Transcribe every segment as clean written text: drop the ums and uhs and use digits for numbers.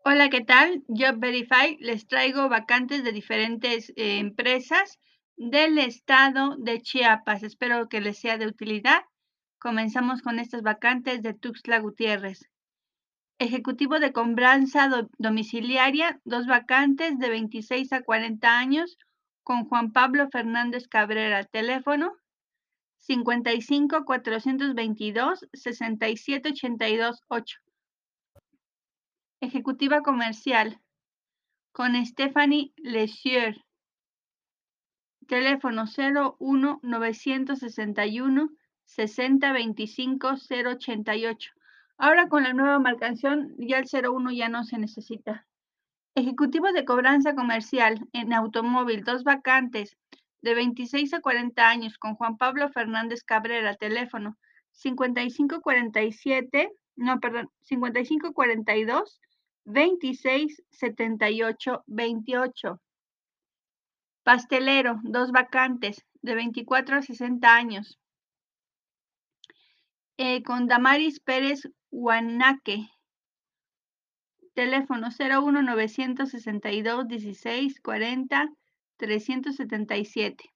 Hola, ¿qué tal? Job Verify, les traigo vacantes de diferentes empresas del estado de Chiapas. Espero que les sea de utilidad. Comenzamos con estas vacantes de Tuxtla Gutiérrez. Ejecutivo de cobranza domiciliaria, 2 vacantes de 26 a 40 años, con Juan Pablo Fernández Cabrera. Teléfono 55 422 67 82 8. Ejecutiva comercial con Stephanie Lesieur. Teléfono 01 961 60 25 088. Ahora con la nueva marcación ya el 01 ya no se necesita. Ejecutivo de cobranza comercial en automóvil, 2 vacantes de 26 a 40 años con Juan Pablo Fernández Cabrera. Teléfono 5547, no, perdón, 5542 26 78 28. Pastelero, 2 vacantes, de 24 a 60 años, con Damaris Pérez Guanaque. Teléfono 01 962 16 40 377.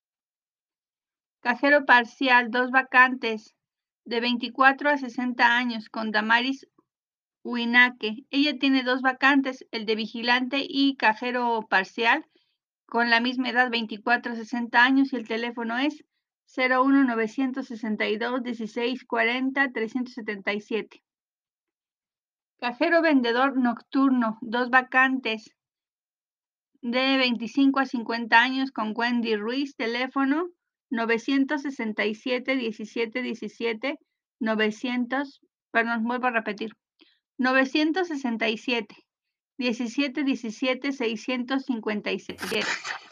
Cajero parcial, 2 vacantes, de 24 a 60 años, con Damaris Huinaque. Ella tiene 2 vacantes, el de vigilante y cajero parcial, con la misma edad, 24 a 60 años, y el teléfono es 01 962 16 40 377. Cajero vendedor nocturno, 2 vacantes, de 25 a 50 años, con Wendy Ruiz. Teléfono 967 17 17 900, perdón, vuelvo a repetir, 967 17 17 657.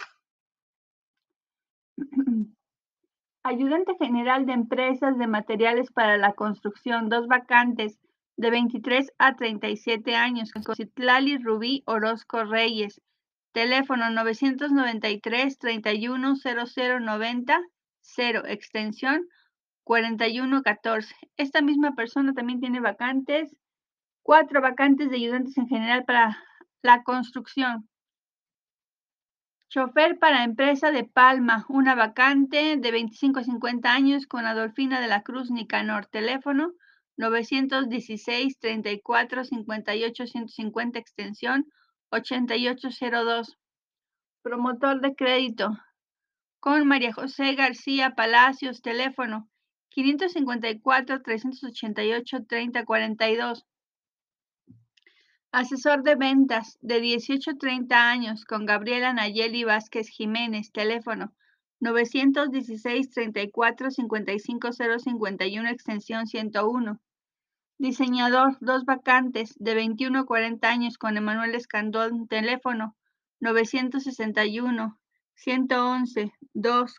Ayudante general de empresas de materiales para la construcción, 2 vacantes, de 23 a 37 años, con Citlali Rubí Orozco Reyes. Teléfono 993 31 0090 0, extensión 4114. Esta misma persona también tiene vacantes, 4 vacantes de ayudantes en general para la construcción. Chofer para empresa de Palma, una vacante, de 25 a 50 años, con Adolfina de la Cruz Nicanor. Teléfono 916 34 58 150, extensión 8802. Promotor de crédito con María José García Palacios. Teléfono 554 388 3042. Asesor de ventas, de 18 a 30 años, con Gabriela Nayeli Vázquez Jiménez. Teléfono 916 34 55 051, extensión 101. Diseñador, 2 vacantes, de 21 a 40 años, con Emanuel Escandón. Teléfono 961 111 2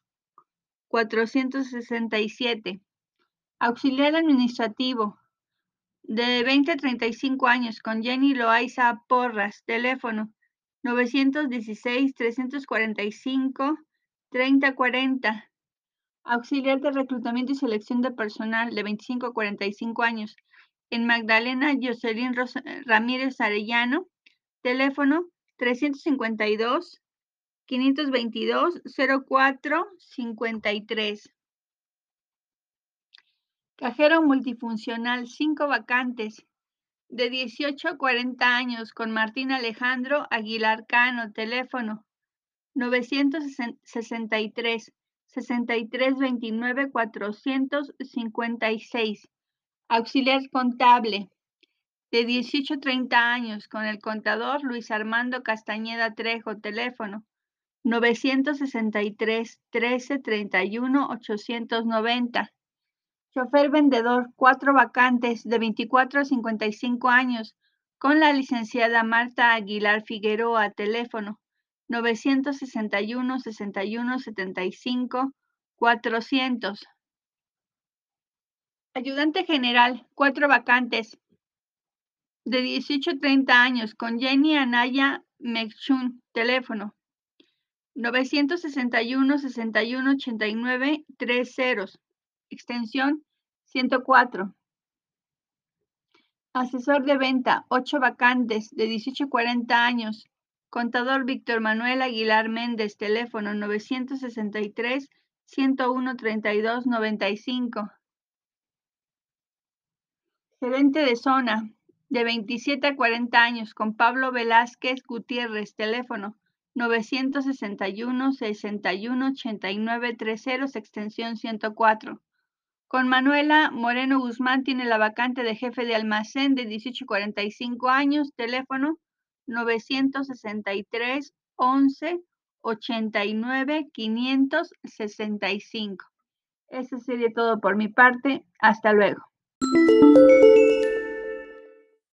467. Auxiliar administrativo, de 20 a 35 años, con Jenny Loaiza Porras. Teléfono 916 345 3040. Auxiliar de reclutamiento y selección de personal, de 25 a 45 años, en Magdalena Jocelyn Ramírez Arellano. Teléfono 352 522 04 53. Cajero multifuncional, 5 vacantes, de 18 a 40 años, con Martín Alejandro Aguilar Cano. Teléfono 963 63 29 456. Auxiliar contable, de 18 a 30 años, con el contador Luis Armando Castañeda Trejo. Teléfono 963 13 31 890. Chofer vendedor, 4 vacantes, de 24 a 55 años, con la licenciada Marta Aguilar Figueroa. Teléfono 961 61 75 400. Ayudante general, 4 vacantes, de 18 a 30 años, con Jenny Anaya Mechun. Teléfono 961 61 89 30, extensión 104. Asesor de venta, 8 vacantes, de 18 a 40 años. Contador Víctor Manuel Aguilar Méndez, teléfono 963-101-3295. Gerente de zona, de 27 a 40 años, con Pablo Velázquez Gutiérrez, teléfono 961-61-8930, extensión 104. Con Manuela Moreno Guzmán tiene la vacante de jefe de almacén de 18 a 45 años, teléfono 963 11 89 565. Eso sería todo por mi parte. Hasta luego.